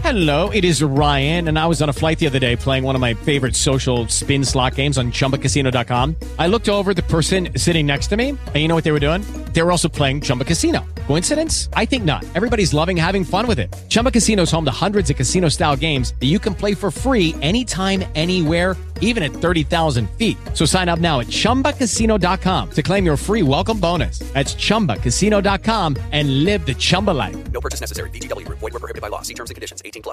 Hello, it is Ryan, and I was on a flight the other day playing one of my favorite social spin slot games on ChumbaCasino.com. I looked over at the person sitting next to me, and you know what they were doing? They were also playing Chumba Casino. Coincidence? I think not. Everybody's loving having fun with it. Chumba Casino is home to hundreds of casino-style games that you can play for free anytime, anywhere, even at 30,000 feet. So sign up now at ChumbaCasino.com to claim your free welcome bonus. That's ChumbaCasino.com and live the Chumba life. No purchase necessary. VGW Group. Void where prohibited by law. See terms and conditions. 18+.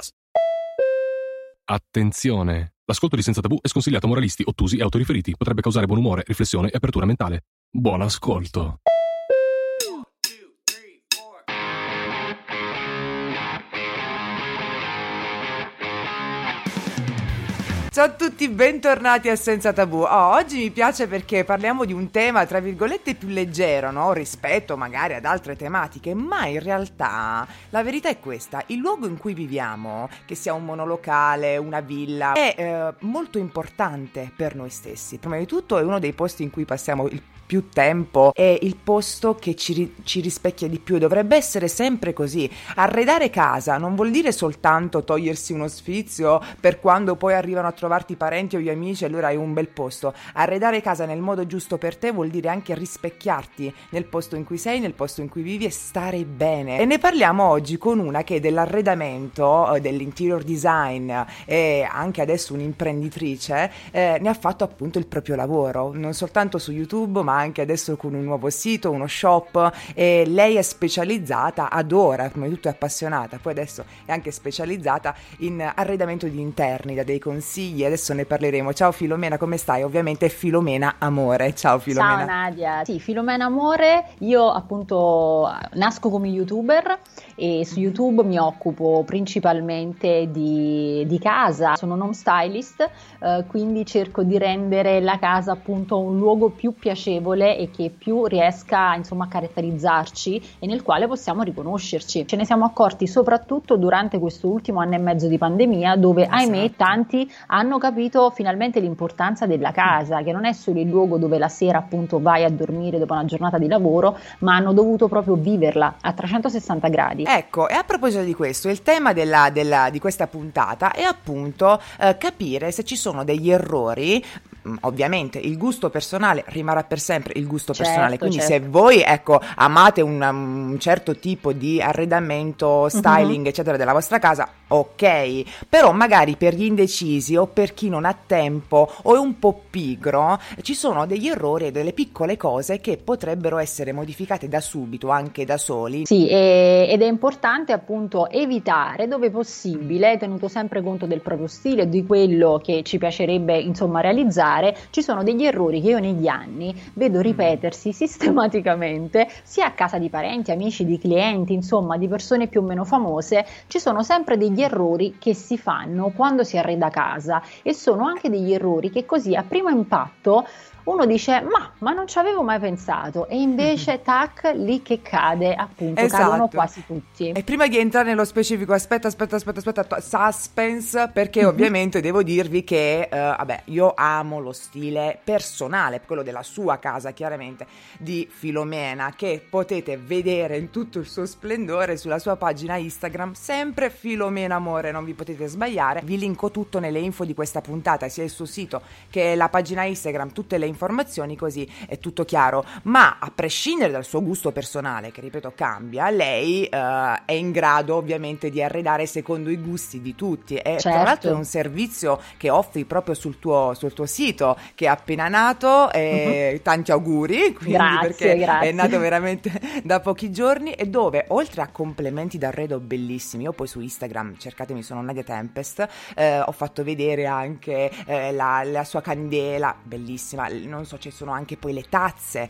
Attenzione! L'ascolto di Senza Tabù è sconsigliato a moralisti, ottusi e autoriferiti. Potrebbe causare buon umore, riflessione e apertura mentale. Buon ascolto! Ciao a tutti, bentornati a Senza Tabù. Oggi mi piace perché parliamo di un tema tra virgolette più leggero, no? Rispetto magari ad altre tematiche, ma in realtà la verità è questa: il luogo in cui viviamo, che sia un monolocale, una villa, è molto importante per noi stessi. Prima di tutto è uno dei posti in cui passiamo il più tempo, è il posto che ci rispecchia di più. Dovrebbe essere sempre così. Arredare casa non vuol dire soltanto togliersi uno sfizio per quando poi arrivano a trovarti i parenti o gli amici e allora hai un bel posto. Arredare casa nel modo giusto per te vuol dire anche rispecchiarti nel posto in cui sei, nel posto in cui vivi e stare bene. E ne parliamo oggi con una che dell'arredamento, dell'interior design e anche adesso un'imprenditrice, ne ha fatto appunto il proprio lavoro, non soltanto su YouTube ma anche adesso con un nuovo sito, uno shop, e lei è specializzata, adora, prima di tutto è appassionata, poi adesso è anche specializzata in arredamento di interni, da dei consigli, adesso ne parleremo. Ciao Filomena, come stai? Ovviamente Filomena Amore. Ciao Filomena. Ciao Nadia, sì, Filomena Amore, io appunto nasco come youtuber e su YouTube mi occupo principalmente di casa, sono un home stylist, quindi cerco di rendere la casa appunto un luogo più piacevole e che più riesca insomma a caratterizzarci e nel quale possiamo riconoscerci. Ce ne siamo accorti soprattutto durante questo ultimo anno e mezzo di pandemia, dove ahimè tanti hanno capito finalmente l'importanza della casa, che non è solo il luogo dove la sera appunto vai a dormire dopo una giornata di lavoro, ma hanno dovuto proprio viverla a 360 gradi. Ecco, e a proposito di questo, il tema di questa puntata è appunto capire se ci sono degli errori. Ovviamente il gusto personale rimarrà per sempre il gusto personale, quindi se voi amate un certo tipo di arredamento, styling eccetera della vostra casa, ok, però magari per gli indecisi o per chi non ha tempo o è un po' pigro, ci sono degli errori e delle piccole cose che potrebbero essere modificate da subito, anche da soli. Sì, ed è importante appunto evitare dove possibile, tenuto sempre conto del proprio stile, di quello che ci piacerebbe insomma realizzare. Ci sono degli errori che io negli anni vedo ripetersi sistematicamente sia a casa di parenti, amici, di clienti, insomma di persone più o meno famose. Ci sono sempre degli errori che si fanno quando si arreda casa e sono anche degli errori che così a primo impatto uno dice ma non ci avevo mai pensato, e invece tac, lì che cade appunto, cadono quasi tutti. E prima di entrare nello specifico, aspetta, suspense, perché ovviamente devo dirvi che io amo lo stile personale, quello della sua casa chiaramente, di Filomena, che potete vedere in tutto il suo splendore sulla sua pagina Instagram, sempre Filomena Amore, non vi potete sbagliare. Vi linko tutto nelle info di questa puntata, sia il suo sito che la pagina Instagram, tutte le informazioni, così è tutto chiaro. Ma a prescindere dal suo gusto personale, che ripeto cambia, lei è in grado ovviamente di arredare secondo i gusti di tutti, e tra l'altro è un servizio che offri proprio sul tuo sito, che è appena nato, e tanti auguri, quindi, grazie. È nato veramente da pochi giorni, e dove oltre a complementi d'arredo bellissimi, io poi su Instagram, cercatemi, sono Nadia Tempest, ho fatto vedere anche la sua candela bellissima, non so, ci sono anche poi le tazze,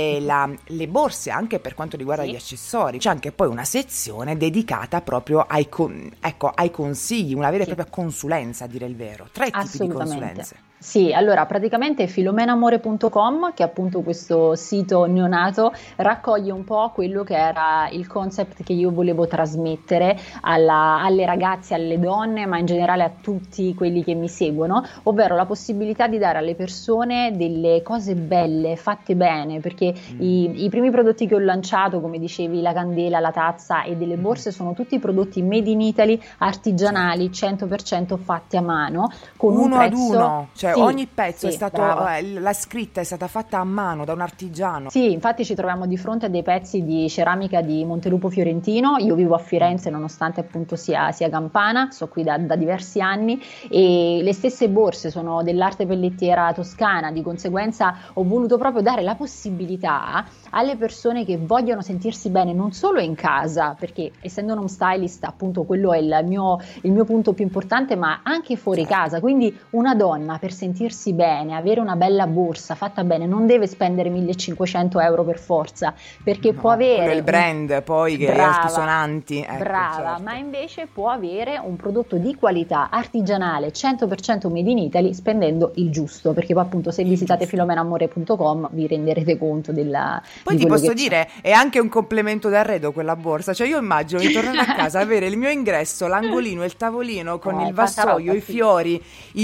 le borse, anche per quanto riguarda gli accessori. C'è anche poi una sezione dedicata proprio ai consigli, una vera e propria consulenza, a dire il vero. 3 tipi di consulenze. Sì, allora praticamente filomenamore.com, che è appunto questo sito neonato, raccoglie un po' quello che era il concept che io volevo trasmettere alle ragazze, alle donne, ma in generale a tutti quelli che mi seguono, ovvero la possibilità di dare alle persone delle cose belle, fatte bene, perché i primi prodotti che ho lanciato, come dicevi, la candela, la tazza e delle borse, sono tutti prodotti made in Italy, artigianali, 100% fatti a mano, con uno un ad prezzo... uno, cioè Sì, ogni pezzo è sì, stato, brava. la scritta è stata fatta a mano da un artigiano. Sì, infatti ci troviamo di fronte a dei pezzi di ceramica di Montelupo Fiorentino. Io vivo a Firenze nonostante appunto sia campana, sto qui da diversi anni, e le stesse borse sono dell'arte pellettiera toscana, di conseguenza ho voluto proprio dare la possibilità alle persone che vogliono sentirsi bene non solo in casa, perché essendo un home stylist appunto quello è il mio punto più importante, ma anche fuori casa. Quindi una donna per sentirsi bene, avere una bella borsa fatta bene, non deve spendere 1.500 euro per forza, perché No, può avere quello è il brand poi che è altisonanti. Ecco, brava, certo. ma invece può avere un prodotto di qualità artigianale 100% made in Italy spendendo il giusto, perché poi appunto se visitate filomenamore.com vi renderete conto Poi di ti quello posso che c'è. dire, è anche un complemento d'arredo quella borsa, cioè io immagino di tornare a casa, avere il mio ingresso, l'angolino, il tavolino con il tanta vassoio, roba, i sì. fiori,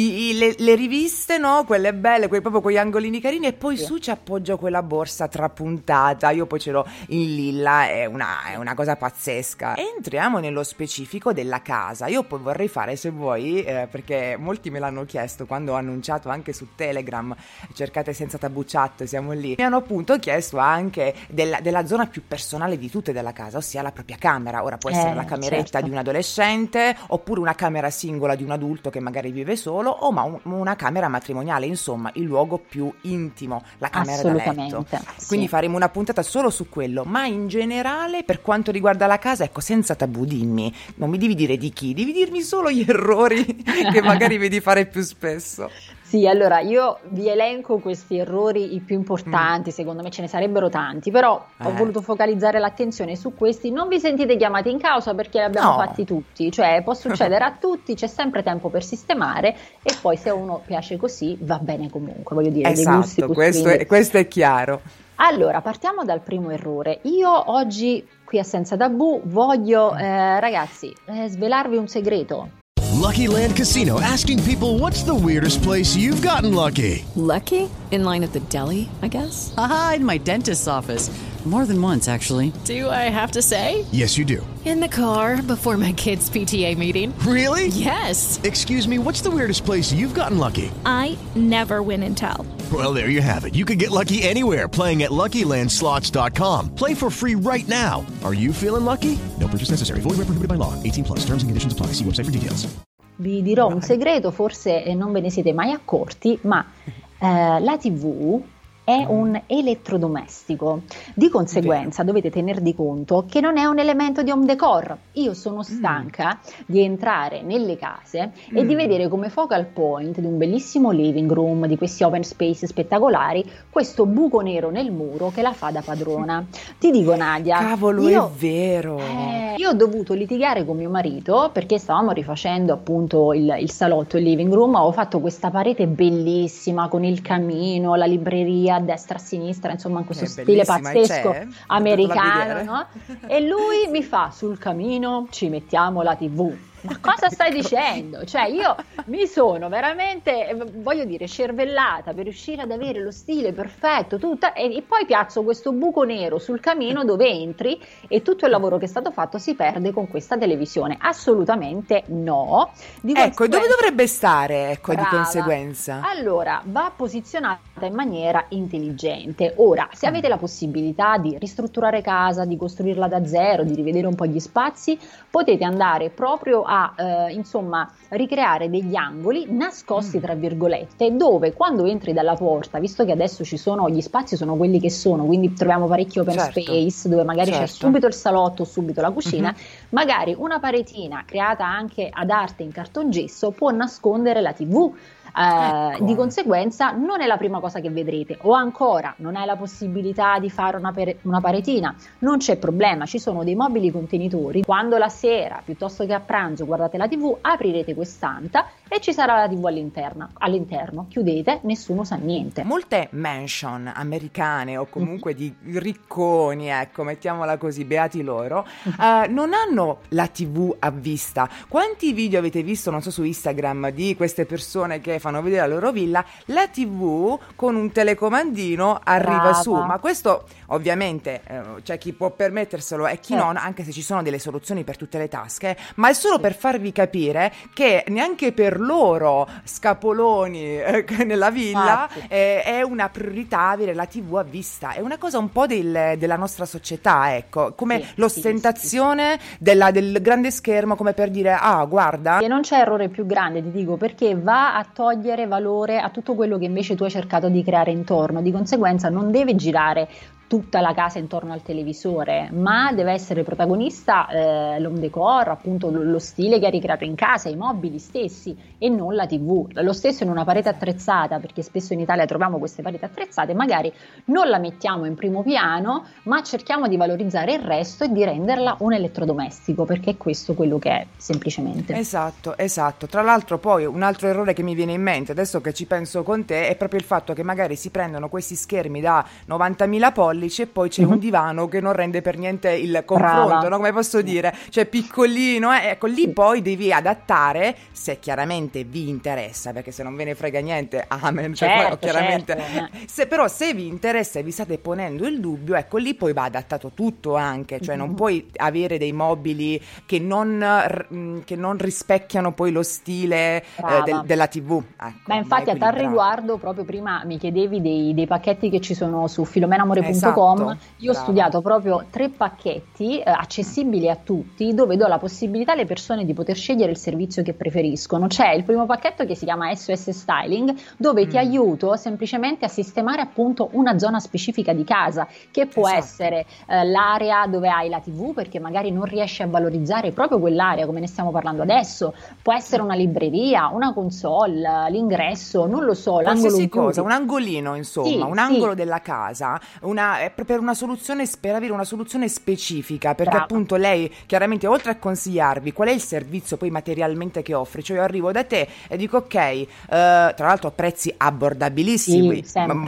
le riviste, no? Quelle belle, proprio con gli angolini carini, e poi Sì. su ci appoggio quella borsa trapuntata, io poi ce l'ho in lilla, è una cosa pazzesca. Entriamo nello specifico della casa, io poi vorrei fare, se vuoi, perché molti me l'hanno chiesto quando ho annunciato anche su Telegram, cercate Senza Tabù Chat, siamo lì, mi hanno appunto chiesto anche della zona più personale di tutte della casa, ossia la propria camera. Ora può essere la cameretta certo. di un adolescente, oppure una camera singola di un adulto che magari vive solo, o una camera matrimoniale, insomma il luogo più intimo, la camera da letto. Assolutamente, Quindi sì. faremo una puntata solo su quello, ma in generale per quanto riguarda la casa, ecco, senza tabù, dimmi, non mi devi dire di chi, devi dirmi solo gli errori che magari vedi fare più spesso. Sì, allora io vi elenco questi errori i più importanti, secondo me ce ne sarebbero tanti, però ho voluto focalizzare l'attenzione su questi. Non vi sentite chiamati in causa perché li abbiamo fatti tutti, cioè può succedere a tutti, c'è sempre tempo per sistemare, e poi se a uno piace così va bene comunque, voglio dire, dei gusti Esatto, costruiti. questo è chiaro. Allora, partiamo dal primo errore. Io oggi qui a Senza Tabù voglio, ragazzi, svelarvi un segreto. Lucky Land Casino, asking people, what's the weirdest place you've gotten lucky? Lucky? In line at the deli, I guess? Aha, in my dentist's office. More than once, actually. Do I have to say? Yes, you do. In the car before my kids' PTA meeting. Really? Yes. Excuse me, what's the weirdest place you've gotten lucky? I never win and tell. Well, there you have it. You can get lucky anywhere, playing at LuckyLandSlots.com. Play for free right now. Are you feeling lucky? No purchase necessary. Void where prohibited by law. 18 plus. Terms and conditions apply. See website for details. Vi dirò un segreto, forse non ve ne siete mai accorti, ma la TV è un elettrodomestico, di conseguenza dovete tenervi conto che non è un elemento di home decor. Io sono stanca di entrare nelle case e di vedere come focal point di un bellissimo living room, di questi open space spettacolari, questo buco nero nel muro che la fa da padrona. Ti dico, Nadia, Cavolo, è vero. Io ho dovuto litigare con mio marito perché stavamo rifacendo appunto il salotto, il living room. Ho fatto questa parete bellissima con il camino, la libreria a destra, a sinistra, insomma in questo stile pazzesco americano, no? E lui mi fa: sul camino ci mettiamo la TV. Ma cosa stai dicendo? Cioè io mi sono veramente, voglio dire, cervellata per riuscire ad avere lo stile perfetto, e poi piazzo questo buco nero sul camino dove entri e tutto il lavoro che è stato fatto si perde con questa televisione. Assolutamente no. Ecco, dove dovrebbe stare, ecco, brava. Di conseguenza? Allora, va posizionata in maniera intelligente. Ora, se avete la possibilità di ristrutturare casa, di costruirla da zero, di rivedere un po' gli spazi, potete andare proprio a insomma ricreare degli angoli nascosti tra virgolette, dove quando entri dalla porta, visto che adesso ci sono gli spazi, sono quelli che sono, quindi troviamo parecchi open space dove magari c'è subito il salotto, subito la cucina, magari una paretina creata anche ad arte in cartongesso può nascondere la TV. Ecco. Di conseguenza non è la prima cosa che vedrete, o ancora non hai la possibilità di fare una paretina, non c'è problema, ci sono dei mobili contenitori, quando la sera piuttosto che a pranzo guardate la TV aprirete quest'anta e ci sarà la TV all'interno, chiudete, nessuno sa niente. Molte mansion americane o comunque di ricconi, ecco, mettiamola così, beati loro, non hanno la TV a vista. Quanti video avete visto, non so, su Instagram, di queste persone che fanno vedere la loro villa, la TV con un telecomandino arriva Brava. su, ma questo ovviamente c'è chi può permetterselo e chi non, anche se ci sono delle soluzioni per tutte le tasche, ma è solo per farvi capire che neanche per loro scapoloni nella villa è una priorità avere la TV a vista. È una cosa un po' della nostra società, ecco, come l'ostentazione del grande schermo, come per dire guarda. E non c'è errore più grande, ti dico, perché va a togliere valore a tutto quello che invece tu hai cercato di creare intorno. Di conseguenza non deve girare tutta la casa intorno al televisore, ma deve essere protagonista l'home decor, appunto lo stile che hai ricreato in casa, i mobili stessi, e non la TV. Lo stesso in una parete attrezzata, perché spesso in Italia troviamo queste pareti attrezzate, magari non la mettiamo in primo piano, ma cerchiamo di valorizzare il resto e di renderla un elettrodomestico, perché è questo quello che è, semplicemente. Esatto. Tra l'altro poi un altro errore che mi viene in mente, adesso che ci penso con te, è proprio il fatto che magari si prendono questi schermi da 90.000 pollici e poi c'è un divano che non rende per niente il confronto, no? Come posso dire? Cioè piccolino, ecco, lì poi devi adattare, se chiaramente vi interessa, perché se non ve ne frega niente, amen, cioè, poi, chiaramente, se vi interessa e vi state ponendo il dubbio, ecco, lì poi va adattato tutto anche, cioè non puoi avere dei mobili che non rispecchiano poi lo stile della TV. Ecco, ma infatti a tal riguardo, proprio prima mi chiedevi dei pacchetti che ci sono su filomenamore.com. Io ho studiato proprio 3 pacchetti accessibili a tutti, dove do la possibilità alle persone di poter scegliere il servizio che preferiscono. C'è il primo pacchetto che si chiama SOS Styling, dove ti aiuto semplicemente a sistemare appunto una zona specifica di casa, che può essere l'area dove hai la TV, perché magari non riesci a valorizzare proprio quell'area come ne stiamo parlando adesso, può essere una libreria, una console, l'ingresso, non lo so, l'angolo cosa, un angolino, insomma, un angolo della casa, per una soluzione, per avere una soluzione specifica, perché appunto lei chiaramente, oltre a consigliarvi qual è il servizio poi materialmente che offri, cioè io arrivo da te e dico ok, tra l'altro a prezzi abbordabilissimi,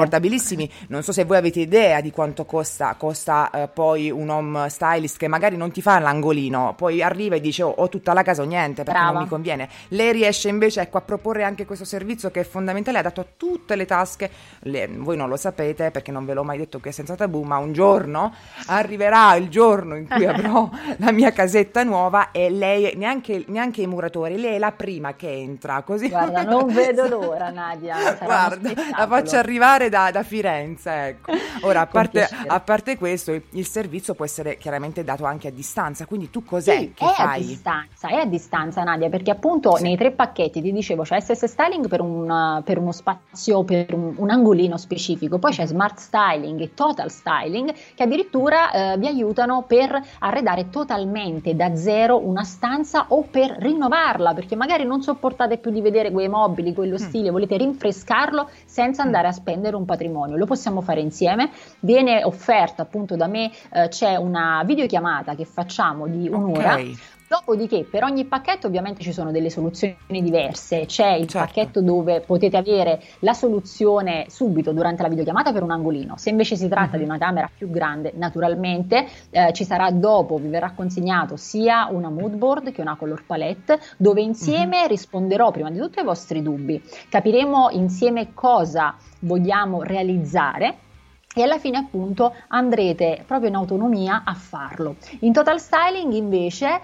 non so se voi avete idea di quanto costa poi un home stylist che magari non ti fa l'angolino, poi arriva e dice ho tutta la casa o niente, perché non mi conviene. Lei riesce invece, ecco, a proporre anche questo servizio che è fondamentale, adatto a tutte le tasche. Voi non lo sapete perché non ve l'ho mai detto che è senza tabù, ma un giorno arriverà il giorno in cui avrò la mia casetta nuova e lei, neanche i muratori, lei è la prima che entra, così. Guarda, non vedo l'ora, Nadia. Guarda, la faccio arrivare da Firenze, ecco. Ora, a parte questo, il servizio può essere chiaramente dato anche a distanza, quindi tu cos'è che fai? È a distanza, Nadia, perché appunto nei 3 pacchetti ti dicevo c'è SS Styling per uno spazio, per un angolino specifico, poi c'è Smart Styling e Total Styling che addirittura vi aiutano per arredare totalmente da zero una stanza o per rinnovarla, perché magari non sopportate più di vedere quei mobili, quello stile, volete rinfrescarlo senza andare a spendere un patrimonio. Lo possiamo fare insieme, viene offerta appunto da me, c'è una videochiamata che facciamo di un'ora. Dopodiché per ogni pacchetto ovviamente ci sono delle soluzioni diverse, c'è il pacchetto dove potete avere la soluzione subito durante la videochiamata per un angolino, se invece si tratta di una camera più grande naturalmente ci sarà dopo, vi verrà consegnato sia una mood board che una color palette dove insieme risponderò prima di tutto ai vostri dubbi, capiremo insieme cosa vogliamo realizzare e alla fine appunto andrete proprio in autonomia a farlo. In Total Styling invece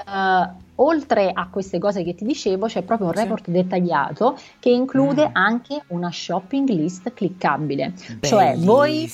oltre a queste cose che ti dicevo c'è proprio un report dettagliato che include anche una shopping list cliccabile. Bellissimo. Cioè voi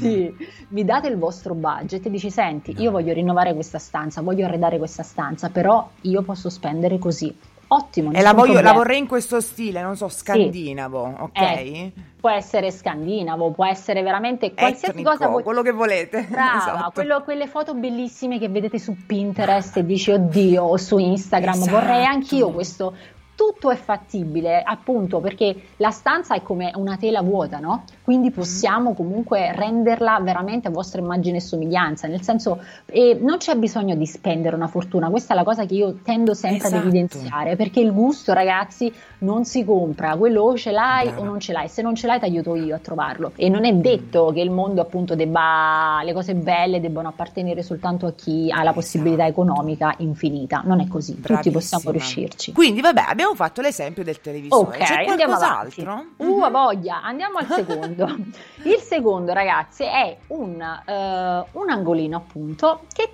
mi date il vostro budget e dici senti io voglio rinnovare questa stanza, voglio arredare questa stanza, però io posso spendere così. Ottimo. E la vorrei in questo stile, non so, scandinavo, ok? Può essere scandinavo, può essere veramente qualsiasi cosa quello che volete. Brava, quelle foto bellissime che vedete su Pinterest e dici oddio, o su Instagram, vorrei anch'io tutto è fattibile, appunto perché la stanza è come una tela vuota, no? Quindi possiamo comunque renderla veramente a vostra immagine e somiglianza, nel senso non c'è bisogno di spendere una fortuna, questa è la cosa che io tendo sempre ad evidenziare, perché il gusto, ragazzi, non si compra, quello o ce l'hai o non ce l'hai, se non ce l'hai ti aiuto io a trovarlo, e non è detto che il mondo appunto le cose belle debbano appartenere soltanto a chi ha la possibilità economica infinita, non è così, tutti possiamo riuscirci. Quindi vabbè, abbiamo fatto l'esempio del televisore, ok, c'è andiamo qualcos'altro? avanti. A voglia, andiamo al secondo. Il secondo, ragazzi, è un angolino appunto che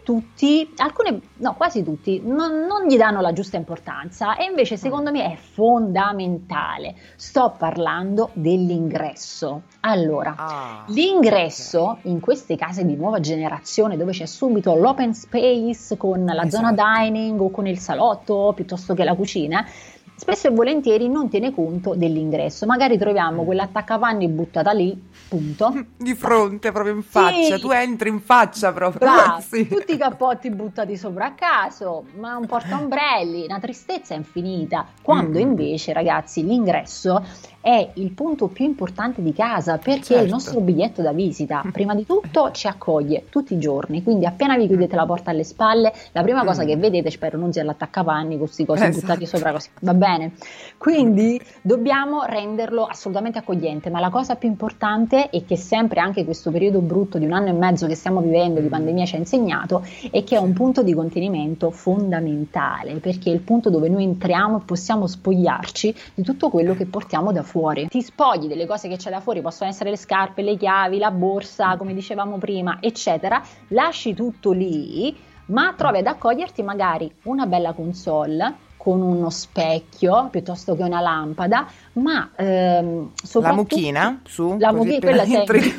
quasi tutti non gli danno la giusta importanza, e invece secondo me è fondamentale. Sto parlando dell'ingresso. Allora, l'ingresso in queste case di nuova generazione, dove c'è subito l'open space con la zona dining o con il salotto piuttosto che la cucina, spesso e volentieri non tiene conto dell'ingresso. Magari troviamo quell'attaccapanni buttata lì, punto. Di fronte, proprio in faccia. Sì. Tu entri in faccia proprio. Bravo, sì. Tutti i cappotti buttati sopra a caso, ma un portaombrelli, una tristezza infinita. Quando invece, ragazzi, l'ingresso è il punto più importante di casa, perché è il nostro biglietto da visita. Prima di tutto ci accoglie tutti i giorni, quindi appena vi chiudete la porta alle spalle, la prima cosa che vedete, spero non sia l'attaccapanni con questi cosi buttati sopra così, va bene? Quindi dobbiamo renderlo assolutamente accogliente, ma la cosa più importante, e che sempre anche questo periodo brutto di 1 anno e mezzo che stiamo vivendo di pandemia ci ha insegnato, è che è un punto di contenimento fondamentale, perché è il punto dove noi entriamo e possiamo spogliarci di tutto quello che portiamo da fuori. Ti spogli delle cose che c'è da fuori, possono essere le scarpe, le chiavi, la borsa, come dicevamo prima, eccetera, lasci tutto lì, ma trovi ad accoglierti magari una bella console con uno specchio piuttosto che una lampada, ma soprattutto la mucchina su? La mucchina, quella sempre,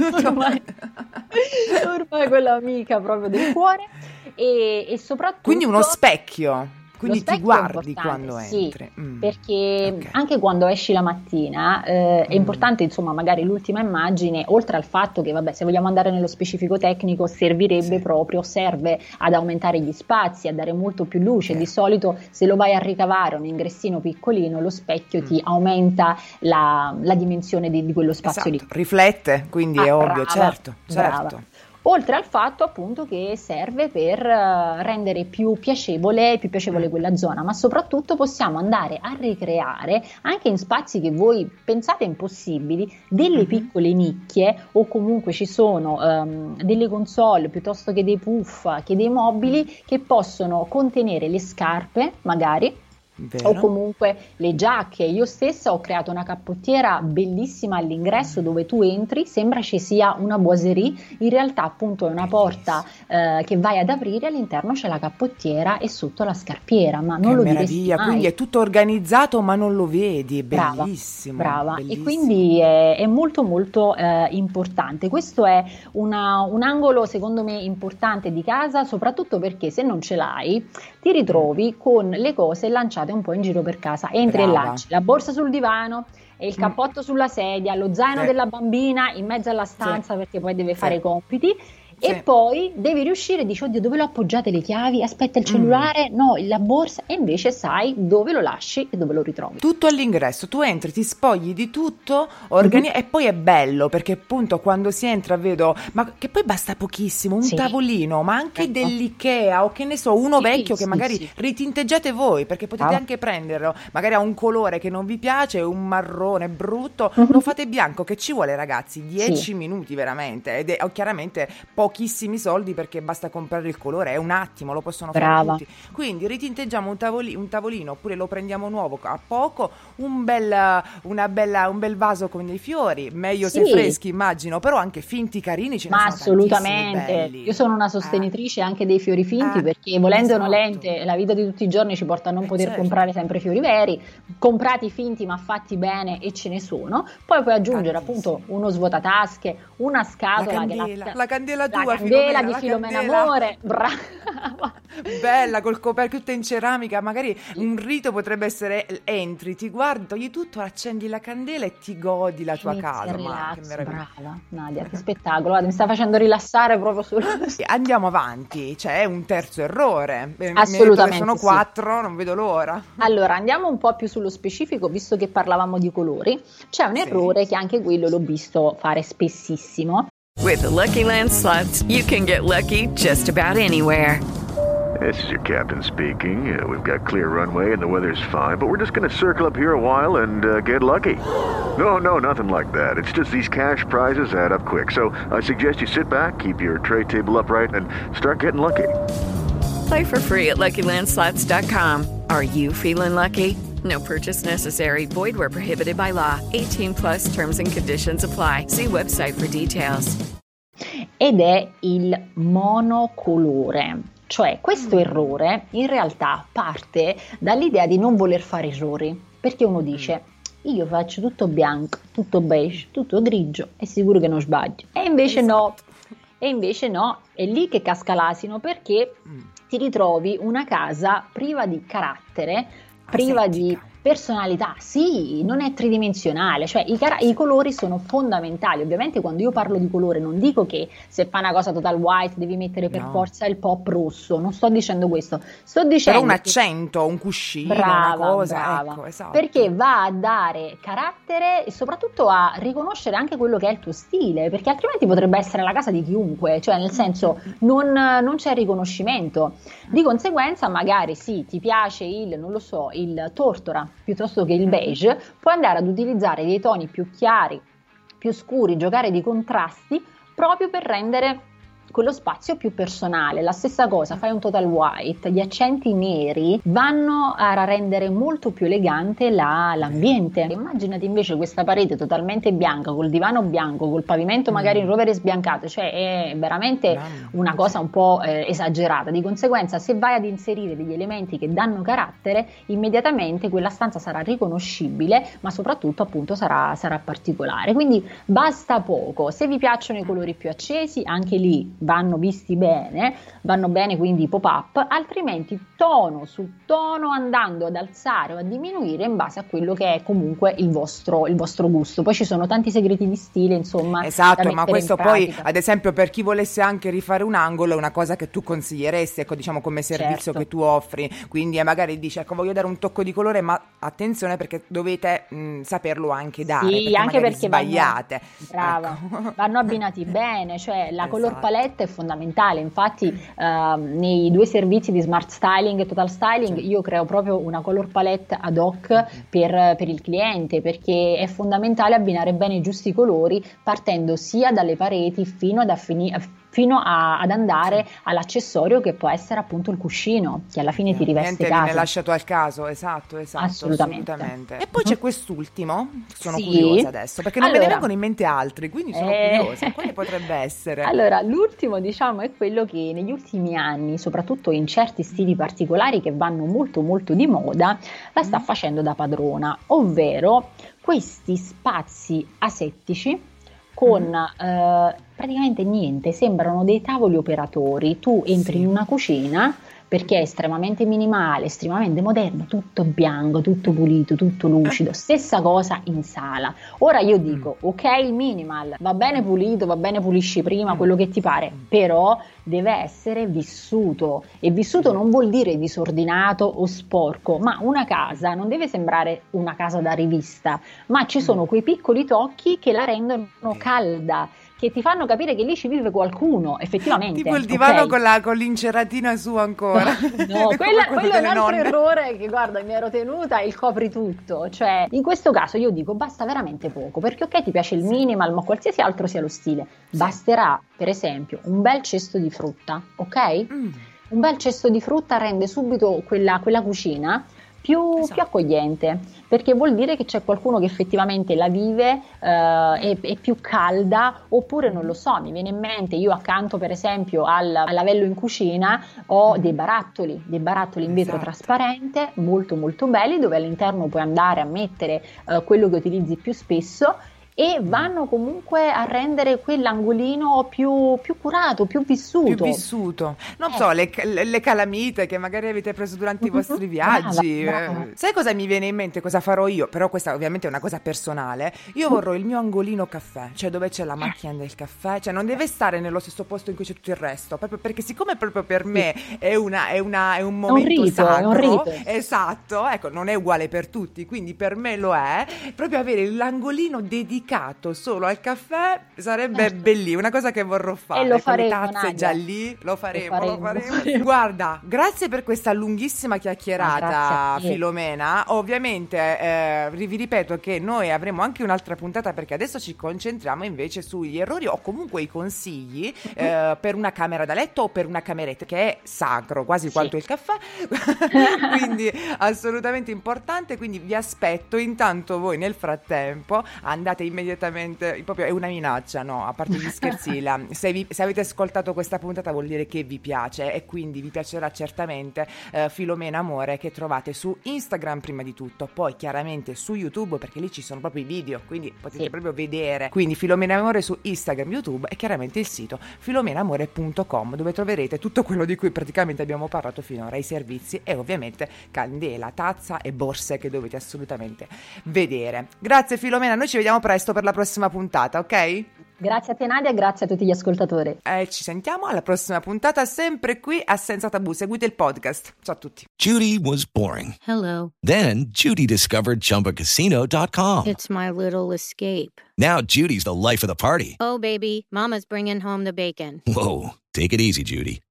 ormai quella amica proprio del cuore, e soprattutto quindi uno specchio. Quindi ti guardi quando sì, entri. Perché anche quando esci la mattina è importante, insomma, magari l'ultima immagine, oltre al fatto che, vabbè, se vogliamo andare nello specifico tecnico, serve ad aumentare gli spazi, a dare molto più luce. Di solito, se lo vai a ricavare un ingressino piccolino, lo specchio ti aumenta la dimensione di quello spazio lì. Riflette, quindi è ovvio, certo. Oltre al fatto appunto che serve per rendere più piacevole quella zona, ma soprattutto possiamo andare a ricreare anche in spazi che voi pensate impossibili delle piccole nicchie, o comunque ci sono delle console piuttosto che dei puff, che dei mobili che possono contenere le scarpe magari. Vero. O comunque le giacche. Io stessa ho creato una cappottiera bellissima all'ingresso, dove tu entri, sembra ci sia una boiserie, in realtà appunto è una porta che vai ad aprire, all'interno c'è la cappottiera e sotto la scarpiera, ma non lo diresti mai. Quindi è tutto organizzato ma non lo vedi, è bellissimo. Brava. Bellissimo. E quindi è molto molto importante. Questo è un angolo secondo me importante di casa, soprattutto perché se non ce l'hai ti ritrovi con le cose lanciate un po' in giro per casa, entri e lanci la borsa sul divano e il cappotto sulla sedia, lo zaino della bambina in mezzo alla stanza perché poi deve fare i compiti. E poi devi riuscire, dici, oddio, dove l'ho appoggiate le chiavi? Aspetta, il cellulare? No, la borsa. E invece sai dove lo lasci e dove lo ritrovi. Tutto all'ingresso, tu entri, ti spogli di tutto, e poi è bello, perché appunto quando si entra vedo, ma che poi basta pochissimo, un tavolino, ma anche dell'Ikea, o che ne so, uno vecchio che magari ritinteggiate voi, perché potete anche prenderlo, magari ha un colore che non vi piace, un marrone brutto, lo fate bianco, che ci vuole, ragazzi, 10 minuti veramente, ed è chiaramente pochissimi soldi, perché basta comprare il colore, è un attimo, lo possono fare tutti. Quindi ritinteggiamo un tavolino, oppure lo prendiamo nuovo a poco, un bel vaso con dei fiori, meglio se freschi, immagino, però anche finti carini ce ne sono assolutamente belli. Io sono una sostenitrice anche dei fiori finti, perché volendo o nolente la vita di tutti i giorni ci porta a non poter comprare sempre fiori veri, comprati finti ma fatti bene, e ce ne sono. Poi puoi aggiungere appunto uno svuotatasche, una scatola, la candela tua, la candela di la Filomena candela. Amore, brava. Bella, col coperchio tutta in ceramica, magari un rito potrebbe essere: entri, ti guardi, togli tutto, accendi la candela e ti godi la tua casa. Ma che Relax, meraviglia. brava Nadia, che spettacolo, guarda, mi sta facendo rilassare proprio sul... Andiamo avanti, c'è un terzo errore. Mi hai detto che Assolutamente sono sì. 4, non vedo l'ora. Allora, andiamo un po' più sullo specifico, visto che parlavamo di colori. C'è un errore che anche quello l'ho visto fare spessissimo. With the Lucky Land Slots, you can get lucky just about anywhere. This is your captain speaking. We've got clear runway and the weather's fine, but we're just going to circle up here a while and get lucky. No, nothing like that. It's just these cash prizes add up quick. So I suggest you sit back, keep your tray table upright, and start getting lucky. Play for free at LuckyLandSlots.com. Are you feeling lucky? No purchase necessary. Void where prohibited by law. 18 plus terms and conditions apply. See website for details. Ed è il monocolore. Cioè, questo errore in realtà parte dall'idea di non voler fare errori, perché uno dice: io faccio tutto bianco, tutto beige, tutto grigio, è sicuro che non sbaglio. E invece no, è lì che casca l'asino, perché ti ritrovi una casa priva di carattere, priva di personalità, sì, non è tridimensionale, cioè i colori sono fondamentali. Ovviamente quando io parlo di colore non dico che se fai una cosa total white devi mettere per forza il pop rosso, non sto dicendo questo, sto dicendo però un accento, un cuscino, brava, una cosa, brava. ecco, esatto. Perché va a dare carattere e soprattutto a riconoscere anche quello che è il tuo stile, perché altrimenti potrebbe essere la casa di chiunque, cioè nel senso non c'è riconoscimento. Di conseguenza magari sì, ti piace il tortora piuttosto che il beige, puoi andare ad utilizzare dei toni più chiari, più scuri, giocare di contrasti proprio per rendere quello spazio più personale. La stessa cosa, fai un total white, gli accenti neri vanno a rendere molto più elegante l'ambiente. Immaginati invece questa parete totalmente bianca, col divano bianco, col pavimento magari in rovere sbiancato, cioè è veramente una cosa un po' esagerata. Di conseguenza, se vai ad inserire degli elementi che danno carattere, immediatamente quella stanza sarà riconoscibile, ma soprattutto appunto sarà particolare. Quindi basta poco. Se vi piacciono i colori più accesi, anche lì vanno visti bene, vanno bene quindi i pop-up, altrimenti tono su tono, andando ad alzare o a diminuire in base a quello che è comunque il vostro gusto. Poi ci sono tanti segreti di stile, insomma. Esatto, ma questo poi, ad esempio, per chi volesse anche rifare un angolo, è una cosa che tu consiglieresti, ecco, diciamo come servizio che tu offri. Quindi magari dici: ecco, voglio dare un tocco di colore, ma attenzione, perché dovete saperlo anche dare. Sì, anche perché sbagliate. Brava, ecco. Vanno abbinati bene, cioè la color palette è fondamentale. Infatti nei due servizi di Smart Styling e Total Styling io creo proprio una color palette ad hoc per il cliente, perché è fondamentale abbinare bene i giusti colori, partendo sia dalle pareti fino ad andare all'accessorio, che può essere appunto il cuscino, che alla fine ti riveste casa. Niente lasciato al caso, esatto, assolutamente. E poi c'è quest'ultimo, sono curiosa adesso, perché non me ne vengono in mente altri, quindi sono curiosa. Quale potrebbe essere? Allora, l'ultimo, diciamo, è quello che negli ultimi anni, soprattutto in certi stili particolari che vanno molto molto di moda, la sta facendo da padrona, ovvero questi spazi asettici con praticamente niente, sembrano dei tavoli operatori. Tu entri in una cucina perché è estremamente minimale, estremamente moderno, tutto bianco, tutto pulito, tutto lucido. Stessa cosa in sala. Ora io dico, ok, il minimal, va bene pulito, va bene pulisci prima, quello che ti pare, però deve essere vissuto, e vissuto non vuol dire disordinato o sporco, ma una casa non deve sembrare una casa da rivista, ma ci sono quei piccoli tocchi che la rendono calda, che ti fanno capire che lì ci vive qualcuno, effettivamente. Tipo il divano con l'inceratina su ancora. No, quello è un altro errore che, guarda, mi ero tenuta, il copri tutto. Cioè, in questo caso io dico, basta veramente poco, perché ok, ti piace il minimal, ma qualsiasi altro sia lo stile. Basterà, per esempio, un bel cesto di frutta, ok? Un bel cesto di frutta rende subito quella cucina più accogliente, perché vuol dire che c'è qualcuno che effettivamente la vive, è più calda. Oppure non lo so, mi viene in mente, io accanto per esempio al lavello in cucina ho dei barattoli in vetro trasparente molto molto belli, dove all'interno puoi andare a mettere quello che utilizzi più spesso, e vanno comunque a rendere quell'angolino più curato, più vissuto. Più vissuto. Non so, le calamite che magari avete preso durante i vostri viaggi. Brava. Sai cosa mi viene in mente? Cosa farò io? Però questa ovviamente è una cosa personale. Io vorrò il mio angolino caffè, cioè dove c'è la macchina del caffè, cioè non deve stare nello stesso posto in cui c'è tutto il resto, proprio perché siccome proprio per me è un momento sacro, è un rito. Esatto, ecco, non è uguale per tutti, quindi per me lo è, proprio avere l'angolino dedicato solo al caffè sarebbe bellissimo, una cosa che vorrò fare. E lo con le faremo, tazze Nadia. già lì, lo faremo. Guarda, grazie per questa lunghissima chiacchierata, Grazie a te. Filomena. Ovviamente vi ripeto che noi avremo anche un'altra puntata, perché adesso ci concentriamo invece sugli errori o comunque i consigli per una camera da letto o per una cameretta, che è sacro quasi quanto il caffè. Quindi assolutamente importante, quindi vi aspetto. Intanto voi nel frattempo andate immediatamente, proprio è una minaccia, no, a parte gli scherzi, se avete ascoltato questa puntata vuol dire che vi piace, e quindi vi piacerà certamente Filomena Amore, che trovate su Instagram prima di tutto, poi chiaramente su YouTube, perché lì ci sono proprio i video, quindi potete proprio vedere. Quindi Filomena Amore su Instagram, YouTube, e chiaramente il sito filomenamore.com, dove troverete tutto quello di cui praticamente abbiamo parlato finora, i servizi e ovviamente candela, tazza e borse che dovete assolutamente vedere. Grazie Filomena, noi ci vediamo presto per la prossima puntata, ok? Grazie a te Nadia e grazie a tutti gli ascoltatori. Ci sentiamo alla prossima puntata, sempre qui a Senza Tabù. Seguite il podcast. Ciao a tutti. Judy was boring. Hello. Then Judy discovered ChumbaCasino.com. It's my little escape. Now Judy's the life of the party. Oh, baby, mama's bringing home the bacon. Whoa, take it easy, Judy.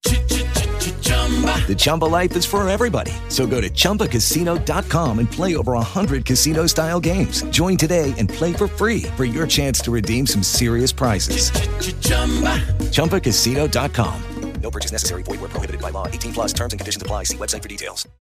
The Chumba life is for everybody. So go to ChumbaCasino.com and play over 100 casino-style games. Join today and play for free for your chance to redeem some serious prizes. ChumbaCasino.com. No purchase necessary. Void where prohibited by law. 18+ terms and conditions apply. See website for details.